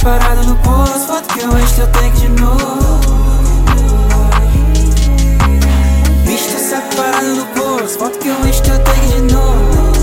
parado no posto, foto que eu encho teu tanque de novo. Bicho, tá parado no posto, foto que eu encho teu tanque de novo.